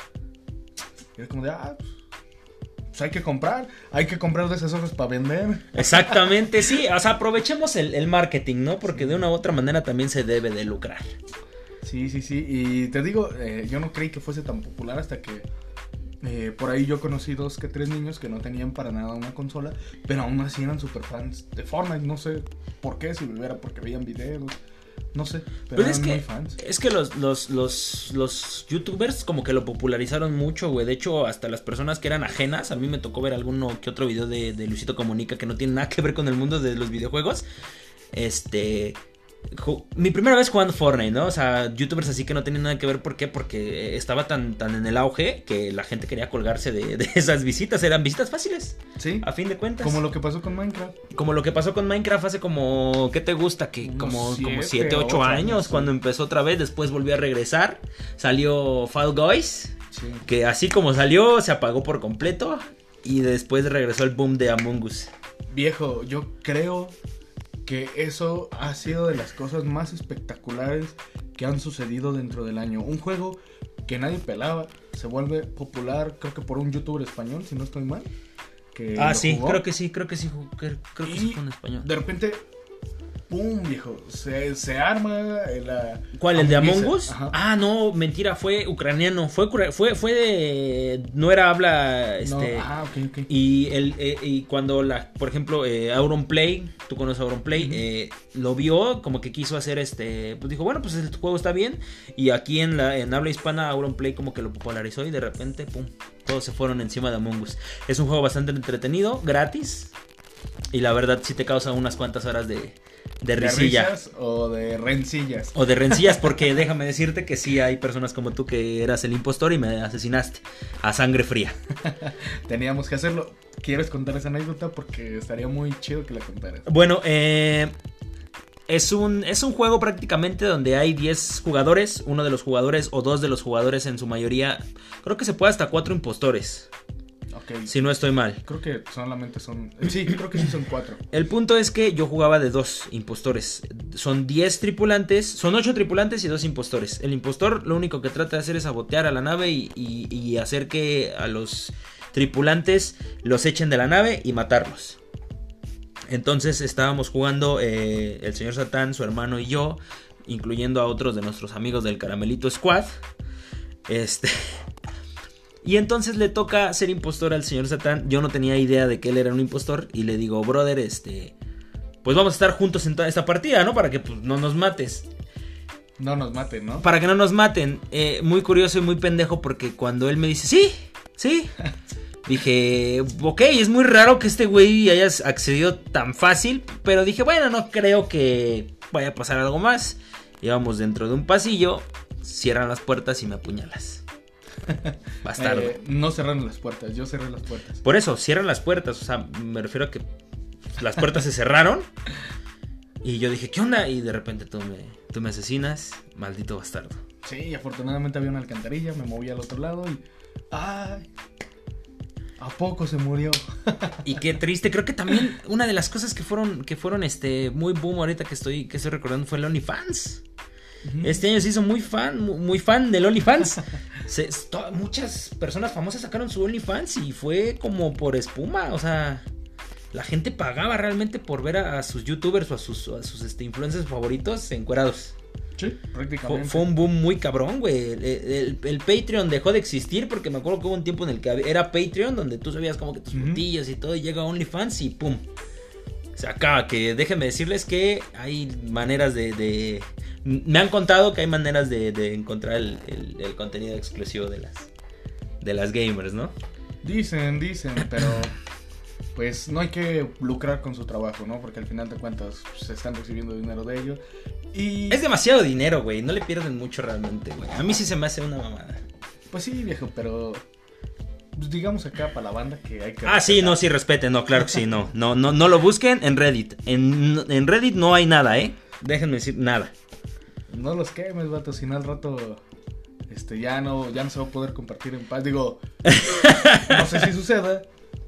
Y era como de, ah, pues hay que comprar, hay que comprar de esas hojas para vender. Exactamente, sí, o sea, aprovechemos el, el marketing, ¿no? Porque de una u otra manera también se debe de lucrar. Sí, sí, sí, y te digo, eh, yo no creí que fuese tan popular hasta que eh, por ahí yo conocí dos que tres niños que no tenían para nada una consola, pero aún así eran super fans de Fortnite, no sé por qué, si era porque veían videos, no sé, pero Pues eran es que, muy fans. es que los, los, los, los youtubers como que lo popularizaron mucho, güey. De hecho, hasta las personas que eran ajenas, a mí me tocó ver alguno que otro video de, de Luisito Comunica que no tiene nada que ver con el mundo de los videojuegos. Este... ju- Mi primera vez jugando Fortnite, ¿no? O sea, youtubers así que no tenían nada que ver. ¿Por qué? Porque estaba tan, tan en el auge que la gente quería colgarse de, de esas visitas. Eran visitas fáciles, Sí, a fin de cuentas. como lo que pasó con Minecraft. Como lo que pasó con Minecraft hace como, ¿qué te gusta? Que Unos como como siete, siete, ocho ocho años, años, sí. cuando empezó otra vez, después volvió a regresar. Salió Fall Guys, Sí. que así como salió, se apagó por completo. Y después regresó el boom de Among Us. Viejo, yo creo que eso ha sido de las cosas más espectaculares que han sucedido dentro del año. Un juego que nadie pelaba, se vuelve popular, creo que por un youtuber español, si no estoy mal. Que Ah, lo sí, jugó. creo que sí, creo que sí, creo, creo que Y sí fue en español. de repente, ¡pum, viejo! Se, se arma la... ¿Cuál? ¿El de Among Among Us. Us? Ajá. Ah, no, mentira, fue ucraniano. Fue, ucra- fue, fue de... No era habla... Este, No, ah, ok, ok. Y, el, eh, y cuando, la, por ejemplo, eh, Auronplay, tú conoces a Auronplay, Ujú. eh, lo vio, como que quiso hacer este, pues dijo, bueno, pues el juego está bien. Y aquí en la en habla hispana, Auronplay como que lo popularizó y de repente, pum, todos se fueron encima de Among Us. Es un juego bastante entretenido, gratis. Y la verdad sí te causa unas cuantas horas de, de ¿De risilla. risas o de rencillas? O de rencillas, porque déjame decirte que sí hay personas como tú que eras el impostor y me asesinaste a sangre fría. Teníamos que hacerlo. ¿Quieres contar esa anécdota? Porque estaría muy chido que la contaras. Bueno, eh, es un, es un juego prácticamente donde hay diez jugadores. Uno de los jugadores o dos de los jugadores en su mayoría. Creo que se puede hasta cuatro impostores. Ok. Si no estoy mal. Creo que solamente son... Sí, creo que sí son cuatro. El punto es que yo jugaba de dos impostores. Son diez tripulantes, son ocho tripulantes y dos impostores. El impostor lo único que trata de hacer es sabotear a la nave y, y, y hacer que a los tripulantes los echen de la nave y matarlos. Entonces estábamos jugando eh, el señor Satán, su hermano y yo, incluyendo a otros de nuestros amigos del Caramelito Squad. Este... Y entonces le toca ser impostor al señor Satán. Yo no tenía idea de que él era un impostor. Y le digo, brother, este... pues vamos a estar juntos en toda esta partida, ¿no? Para que pues, no nos mates. No nos maten, ¿no? Para que no nos maten. Eh, muy curioso y muy pendejo porque cuando él me dice, sí, sí. Dije, ok, es muy raro que este güey haya accedido tan fácil. Pero dije, bueno, no creo que vaya a pasar algo más. Íbamos dentro de un pasillo. Cierran las puertas y me apuñalas. Bastardo. Eh, no cerraron las puertas, yo cerré las puertas. Por eso, cierran las puertas. O sea, me refiero a que las puertas se cerraron. Y yo dije, ¿qué onda? Y de repente tú me, tú me asesinas, maldito bastardo. Sí, afortunadamente había una alcantarilla, me moví al otro lado y... ¡ay! ¿A poco se murió? Y qué triste. Creo que también una de las cosas que fueron, que fueron este, muy boom ahorita que estoy, que estoy recordando fue el OnlyFans. Uh-huh. Este año se hizo muy fan, muy, muy fan del OnlyFans. se, to, muchas personas famosas sacaron su OnlyFans y fue como por espuma. O sea, la gente pagaba realmente por ver a, a sus youtubers o a sus, a sus este, influencers favoritos encuerados. Sí, prácticamente. Fue, fue un boom muy cabrón, güey. El, el, el Patreon dejó de existir porque me acuerdo que hubo un tiempo en el que era Patreon donde tú subías como que tus fotillos uh-huh. y todo, y llega OnlyFans y pum. Se acaba. Que déjenme decirles que hay maneras de... de... Me han contado que hay maneras de, de encontrar el, el, el contenido exclusivo de las, de las gamers, ¿no? Dicen, dicen, pero... pues no hay que lucrar con su trabajo, ¿no? Porque al final de cuentas se están recibiendo dinero de ello. Y... es demasiado dinero, güey. No le pierden mucho realmente, güey. A mí sí se me hace una mamada. Pues sí, viejo, pero... pues digamos acá para la banda que hay que... Ah, respetar. Sí, no, sí, respeten. No, claro que sí, no. No, no, no lo busquen en Reddit. En, en Reddit no hay nada, ¿eh? Déjenme decir nada. No los quemes, vato, si no al rato... este, ya no, ya no se va a poder compartir en paz. Digo, no sé si suceda...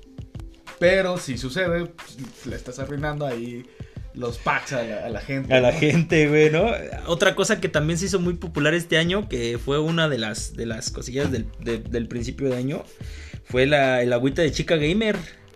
pero si sucede, pues, le estás arruinando ahí los packs a la, a la gente. A la ¿no? gente, güey, ¿no? Otra cosa que también se hizo muy popular este año, que fue una de las, de las cosillas del, de, del principio de año, fue la, el agüita de chica gamer.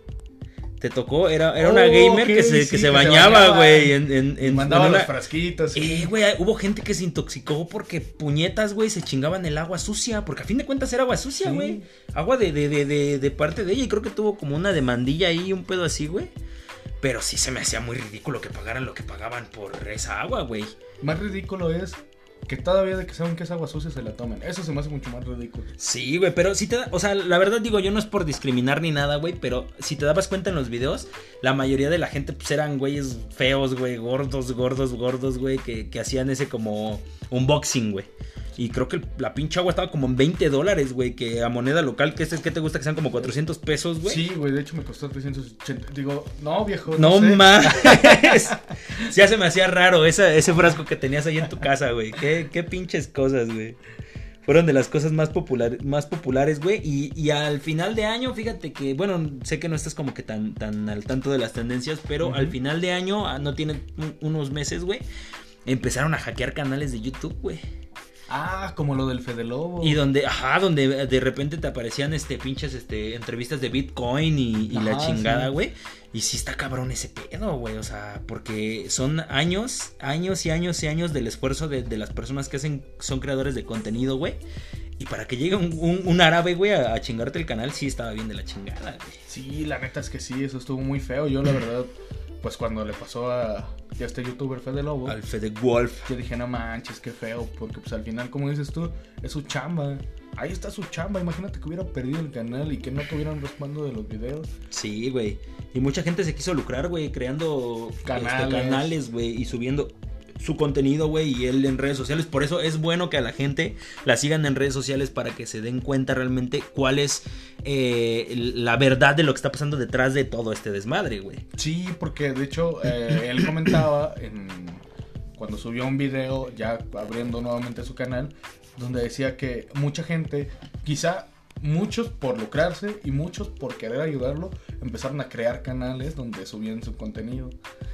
Te tocó, era, era oh, una gamer okay, que, se, sí, que, se, que bañaba, güey. En, en, en, mandaba en los una... frasquitos. Sí. Eh, güey, hubo gente que se intoxicó porque puñetas, güey, se chingaban el agua sucia. Porque a fin de cuentas era agua sucia, güey. Sí. Agua de, de, de, de, de parte de ella. Y creo que tuvo como una demandilla ahí, un pedo así, güey. Pero sí se me hacía muy ridículo que pagaran lo que pagaban por esa agua, güey. Más ridículo es que todavía de que saben que es agua sucia se la tomen. Eso se me hace mucho más ridículo. Sí, güey, pero si te da, o sea, la verdad digo, yo no es por discriminar ni nada, güey, pero si te dabas cuenta en los videos, la mayoría de la gente pues eran güeyes feos, güey, gordos, gordos, gordos, güey, que, que hacían ese como unboxing, güey. Y creo que la pinche agua estaba como en veinte dólares, güey, que a moneda local, que es que te gusta que sean como cuatrocientos pesos, güey. Sí, güey, de hecho me costó trescientos ochenta. Digo, no, viejo, no, no sé. Más. Ya se me hacía raro esa, ese frasco que tenías ahí en tu casa, güey. Qué, qué pinches cosas, güey. Fueron de las cosas más, popular, más populares, güey. Y, y al final de año, fíjate que, bueno, sé que no estás como que tan, tan al tanto de las tendencias, pero uh-huh. al final de año, no tiene un, unos meses, güey, empezaron a hackear canales de YouTube, güey. Ah, como lo del Fede Lobo. Y donde, ajá, donde de repente te aparecían este pinches este entrevistas de Bitcoin y, y ajá, la chingada, güey. Sí. Y sí está cabrón ese pedo, güey. O sea, porque son años, años y años y años del esfuerzo de, de las personas que hacen, son creadores de contenido, güey. Y para que llegue un, un, un árabe, güey, a, a chingarte el canal, sí estaba bien de la chingada, güey. Sí, la neta es que sí, eso estuvo muy feo. Yo, la verdad, pues cuando le pasó a, a este youtuber Fede Lobo, al Fede Wolf, yo dije, no manches, qué feo, porque pues al final, como dices tú, es su chamba. Ahí está su chamba, imagínate que hubiera perdido el canal y que no tuvieran respaldo de los videos. Sí, güey. Y mucha gente se quiso lucrar, güey, creando canales, este, canales, güey, y subiendo su contenido, güey, y él en redes sociales. Por eso es bueno que a la gente la sigan en redes sociales para que se den cuenta realmente cuál es eh, la verdad de lo que está pasando detrás de todo este desmadre, güey. Sí, porque de hecho eh, él comentaba en, cuando subió un video ya abriendo nuevamente su canal, donde decía que mucha gente, quizá muchos por lucrarse y muchos por querer ayudarlo, empezaron a crear canales donde subían su contenido.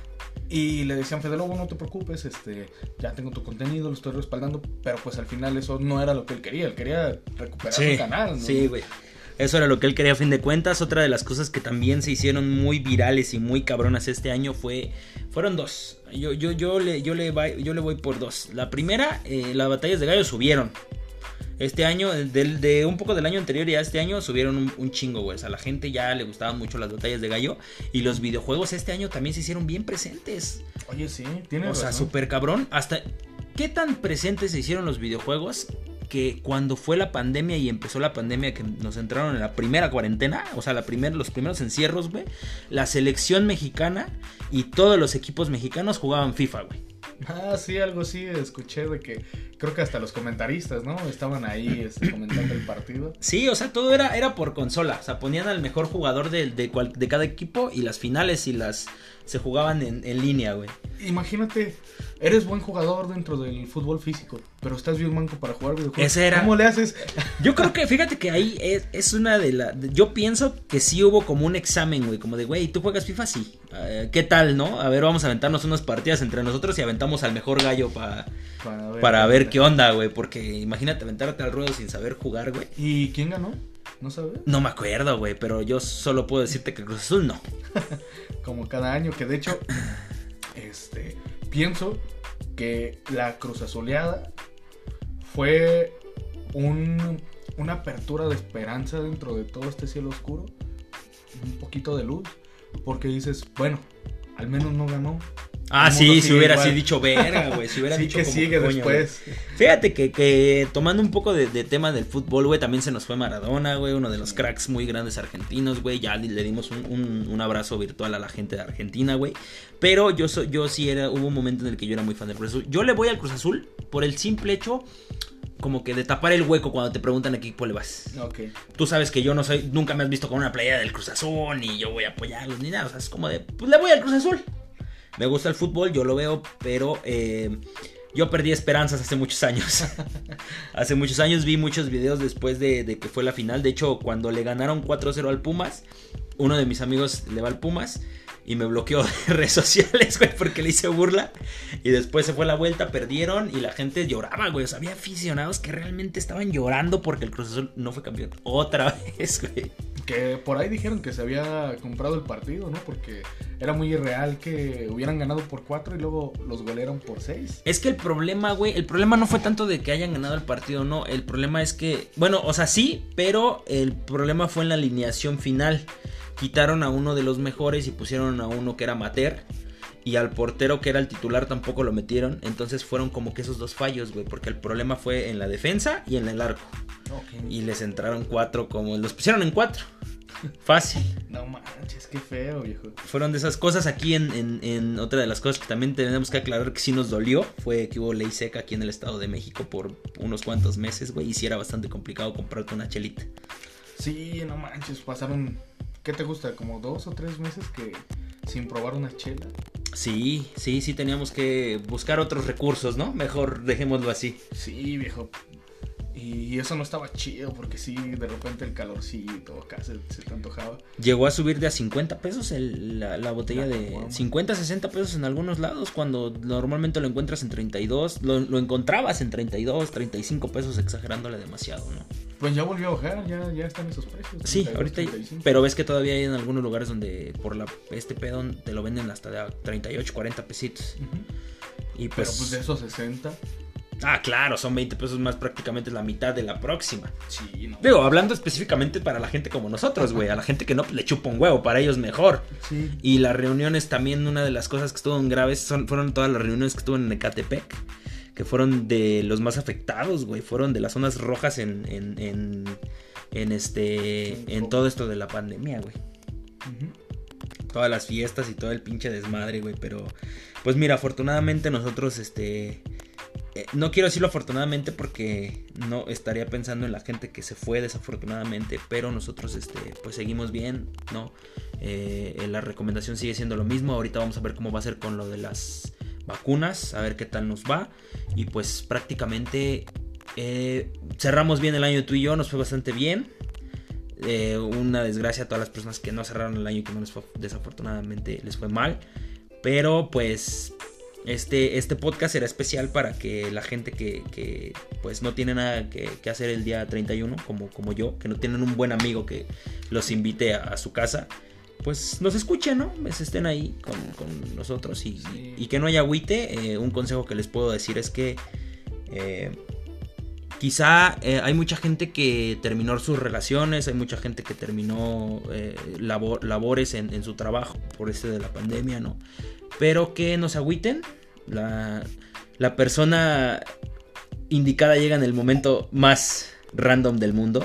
Y le decían, Fede Lobo, no te preocupes, este, ya tengo tu contenido, lo estoy respaldando. Pero pues al final eso no era lo que él quería. Él quería recuperar sí, su canal, ¿no? Sí, güey. Eso era lo que él quería a fin de cuentas. Otra de las cosas que también se hicieron muy virales y muy cabronas este año fue... Fueron dos. Yo, yo, yo, le, yo, le, yo le voy por dos. La primera, eh, las batallas de gallo subieron. Este año, de, de un poco del año anterior y a este año subieron un, un chingo, güey. O sea, a la gente ya le gustaban mucho las batallas de gallo. Y los videojuegos este año también se hicieron bien presentes. Oye, sí, tiene razón. O sea, súper cabrón. Hasta, ¿qué tan presentes se hicieron los videojuegos? Que cuando fue la pandemia y empezó la pandemia, que nos entraron en la primera cuarentena, o sea, la primer, los primeros encierros, güey, la selección mexicana y todos los equipos mexicanos jugaban FIFA, güey. Ah, sí, algo sí, escuché de que creo que hasta los comentaristas, ¿no? Estaban ahí este, comentando el partido. Sí, o sea, todo era, era por consola, o sea, ponían al mejor jugador de, de, cual, de cada equipo y las finales y las se jugaban en, en línea, güey. Imagínate, eres buen jugador dentro del fútbol físico, pero estás bien manco para jugar videojuegos. Ese era... ¿Cómo le haces? Yo creo que, fíjate que ahí es, es una de las... Yo pienso que sí hubo como un examen, güey, como de, güey, ¿tú juegas FIFA? Sí. Uh, ¿Qué tal, no? A ver, vamos a aventarnos unas partidas entre nosotros y aventamos al mejor gallo pa, para ver, para ver qué onda, güey, porque imagínate aventarte al ruedo sin saber jugar, güey. ¿Y quién ganó? ¿No sabes? No me acuerdo, güey, pero yo solo puedo decirte que Cruz Azul no. Como cada año, que de hecho, este, pienso que la Cruz Azuleada fue un, una apertura de esperanza dentro de todo este cielo oscuro, un poquito de luz, porque dices, bueno, al menos no ganó. Ah, sí, si hubiera así dicho verga, güey. Si hubiera sí, dicho que como sigue coño, después. Güey. Fíjate que, que tomando un poco de, de tema del fútbol, güey, también se nos fue Maradona, güey, uno de los cracks muy grandes argentinos, güey. Ya le dimos un, un, un abrazo virtual a la gente de Argentina, güey. Pero yo, so, yo sí era, hubo un momento en el que yo era muy fan del Cruz Azul. Yo le voy al Cruz Azul por el simple hecho como que de tapar el hueco cuando te preguntan a qué equipo le vas. Okay. Tú sabes que yo no soy, nunca me has visto con una playera del Cruz Azul, ni yo voy a apoyarlos, ni nada. O sea, es como de, pues le voy al Cruz Azul. Me gusta el fútbol, yo lo veo, pero eh, yo perdí esperanzas hace muchos años. Hace muchos años vi muchos videos después de, de que fue la final. De hecho, cuando le ganaron cuatro cero al Pumas, uno de mis amigos le va al Pumas y me bloqueó de redes sociales, güey, porque le hice burla. Y después se fue la vuelta, perdieron y la gente lloraba, güey. O sea, había aficionados que realmente estaban llorando porque el Cruz Azul no fue campeón otra vez, güey. Que por ahí dijeron que se había comprado el partido, ¿no? Porque era muy irreal que hubieran ganado por cuatro y luego los golearon por seis. Es que el problema, güey, el problema no fue tanto de que hayan ganado el partido, no. El problema es que, bueno, o sea, sí, pero el problema fue en la alineación final. Quitaron a uno de los mejores y pusieron a uno que era amateur. Y al portero que era el titular tampoco lo metieron. Entonces fueron como que esos dos fallos, güey. Porque el problema fue en la defensa y en el arco. Okay. Y les entraron cuatro como... Los pusieron en cuatro. Fácil. No manches, qué feo, viejo. Fueron de esas cosas. Aquí en, en, en otra de las cosas que también tenemos que aclarar que sí nos dolió. Fue que hubo ley seca aquí en el Estado de México por unos cuantos meses, güey. Y sí era bastante complicado comprarte una chelita. Sí, no manches, pasaron... ¿Qué te gusta? ¿Como dos o tres meses que sin probar una chela? Sí, sí, sí teníamos que buscar otros recursos, ¿no? Mejor dejémoslo así. Sí, viejo. Y eso no estaba chido porque sí, de repente el calorcito acá se, se te antojaba. Llegó a subir de a cincuenta pesos el, la, la botella no, de... Vamos. cincuenta, sesenta pesos en algunos lados cuando normalmente lo encuentras en treinta y dos. Lo, lo encontrabas en treinta y dos, treinta y cinco pesos exagerándole demasiado, ¿no? Pues ya volvió a bajar, ya, ya están esos precios. Sí, ahorita, treinta y cinco. Pero ves que todavía hay en algunos lugares donde por la este pedo te lo venden hasta de a treinta y ocho, cuarenta pesitos. Uh-huh. Y pues, pero pues de esos sesenta... Ah, claro, son veinte pesos más, prácticamente la mitad de la próxima. Sí, no. Digo, hablando específicamente para la gente como nosotros, güey. A la gente que no, le chupa un huevo, para ellos mejor. Sí. Y las reuniones también, una de las cosas que estuvo graves son, fueron todas las reuniones que estuvo en Ecatepec. Que fueron de los más afectados, güey. Fueron de las zonas rojas en, en, en, en este, en todo esto de la pandemia, güey. Uh-huh. Todas las fiestas y todo el pinche desmadre, güey. Pero, pues mira, afortunadamente nosotros, este... Eh, no quiero decirlo afortunadamente porque no estaría pensando en la gente que se fue desafortunadamente, pero nosotros este, pues seguimos bien, ¿no? Eh, la recomendación sigue siendo lo mismo. Ahorita vamos a ver cómo va a ser con lo de las vacunas, a ver qué tal nos va. Y pues prácticamente eh, cerramos bien el año tú y yo, nos fue bastante bien. Eh, una desgracia a todas las personas que no cerraron el año y que no les fue, desafortunadamente les fue mal. Pero pues... Este, este podcast será especial para que la gente que, que pues no tiene nada que, que hacer el día treinta y uno, como, como yo, que no tienen un buen amigo que los invite a, a su casa, pues nos escuchen, ¿no? Pues estén ahí con, con nosotros y, sí. y, y que no haya agüite. Eh, un consejo que les puedo decir es que eh, quizá eh, hay mucha gente que terminó sus relaciones, hay mucha gente que terminó eh, labor, labores en, en su trabajo por este de la pandemia, ¿no? Pero que no se agüiten. La, la persona indicada llega en el momento más random del mundo.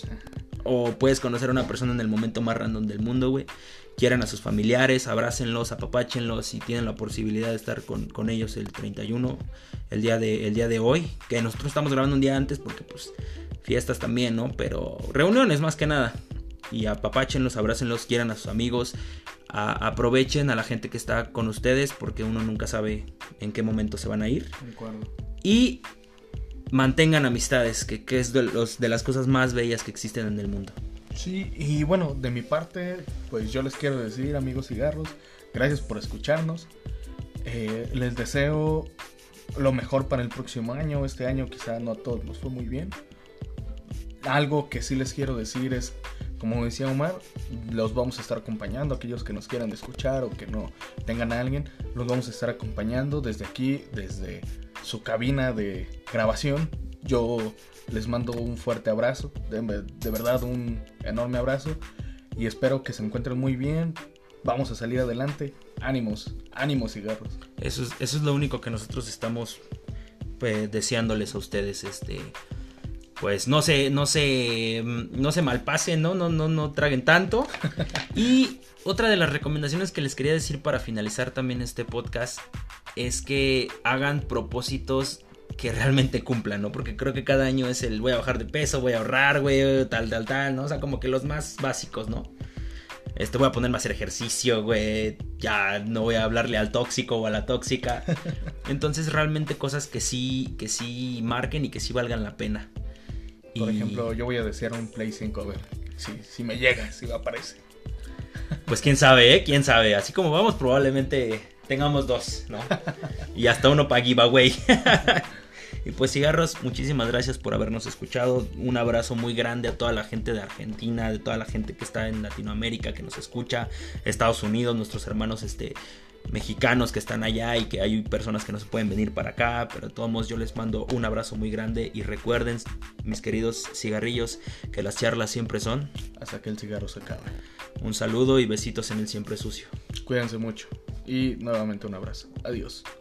O puedes conocer a una persona en el momento más random del mundo, güey. Quieran a sus familiares, abrácenlos, apapáchenlos. Si tienen la posibilidad de estar con, con ellos el treinta y uno, el día, de, el día de hoy. Que nosotros estamos grabando un día antes porque pues fiestas también, ¿no? Pero reuniones más que nada. Y apapáchenlos, abrácenlos, quieran a sus amigos. A, aprovechen a la gente que está con ustedes porque uno nunca sabe en qué momento se van a ir. De acuerdo. Y mantengan amistades, que, que es de, los, de las cosas más bellas que existen en el mundo. Sí, y bueno, de mi parte, pues yo les quiero decir, amigos cigarros, gracias por escucharnos. Eh, les deseo lo mejor para el próximo año. Este año quizá no a todos nos fue muy bien. Algo que sí les quiero decir es, como decía Omar, los vamos a estar acompañando. Aquellos que nos quieran escuchar o que no tengan a alguien, los vamos a estar acompañando desde aquí, desde su cabina de grabación. Yo les mando un fuerte abrazo, de, de verdad un enorme abrazo, y espero que se encuentren muy bien. Vamos a salir adelante. Ánimos, ánimos cigarros. Eso es, eso es lo único que nosotros estamos pues, deseándoles a ustedes, este... Pues no se, no se, no se malpasen, ¿no? No, no, no traguen tanto. Y otra de las recomendaciones que les quería decir para finalizar también este podcast es que hagan propósitos que realmente cumplan, ¿no? Porque creo que cada año es el voy a bajar de peso, voy a ahorrar, güey, tal, tal, tal, ¿no? O sea, como que los más básicos, ¿no? Este, voy a ponerme a hacer ejercicio, güey. Ya no voy a hablarle al tóxico o a la tóxica. Entonces, realmente cosas que sí, que sí marquen y que sí valgan la pena. Por y... ejemplo, yo voy a desear un Play cinco, a ver si, si me llega, si me aparece. Pues quién sabe, ¿eh? Quién sabe. Así como vamos, probablemente tengamos dos, ¿no? Y hasta uno para giveaway. Y pues cigarros, muchísimas gracias por habernos escuchado. Un abrazo muy grande a toda la gente de Argentina, de toda la gente que está en Latinoamérica, que nos escucha, Estados Unidos, nuestros hermanos este, mexicanos que están allá y que hay personas que no se pueden venir para acá. Pero de todos modos yo les mando un abrazo muy grande y recuerden, mis queridos cigarrillos, que las charlas siempre son hasta que el cigarro se acabe. Un saludo y besitos en el siempre sucio. Cuídense mucho y nuevamente un abrazo. Adiós.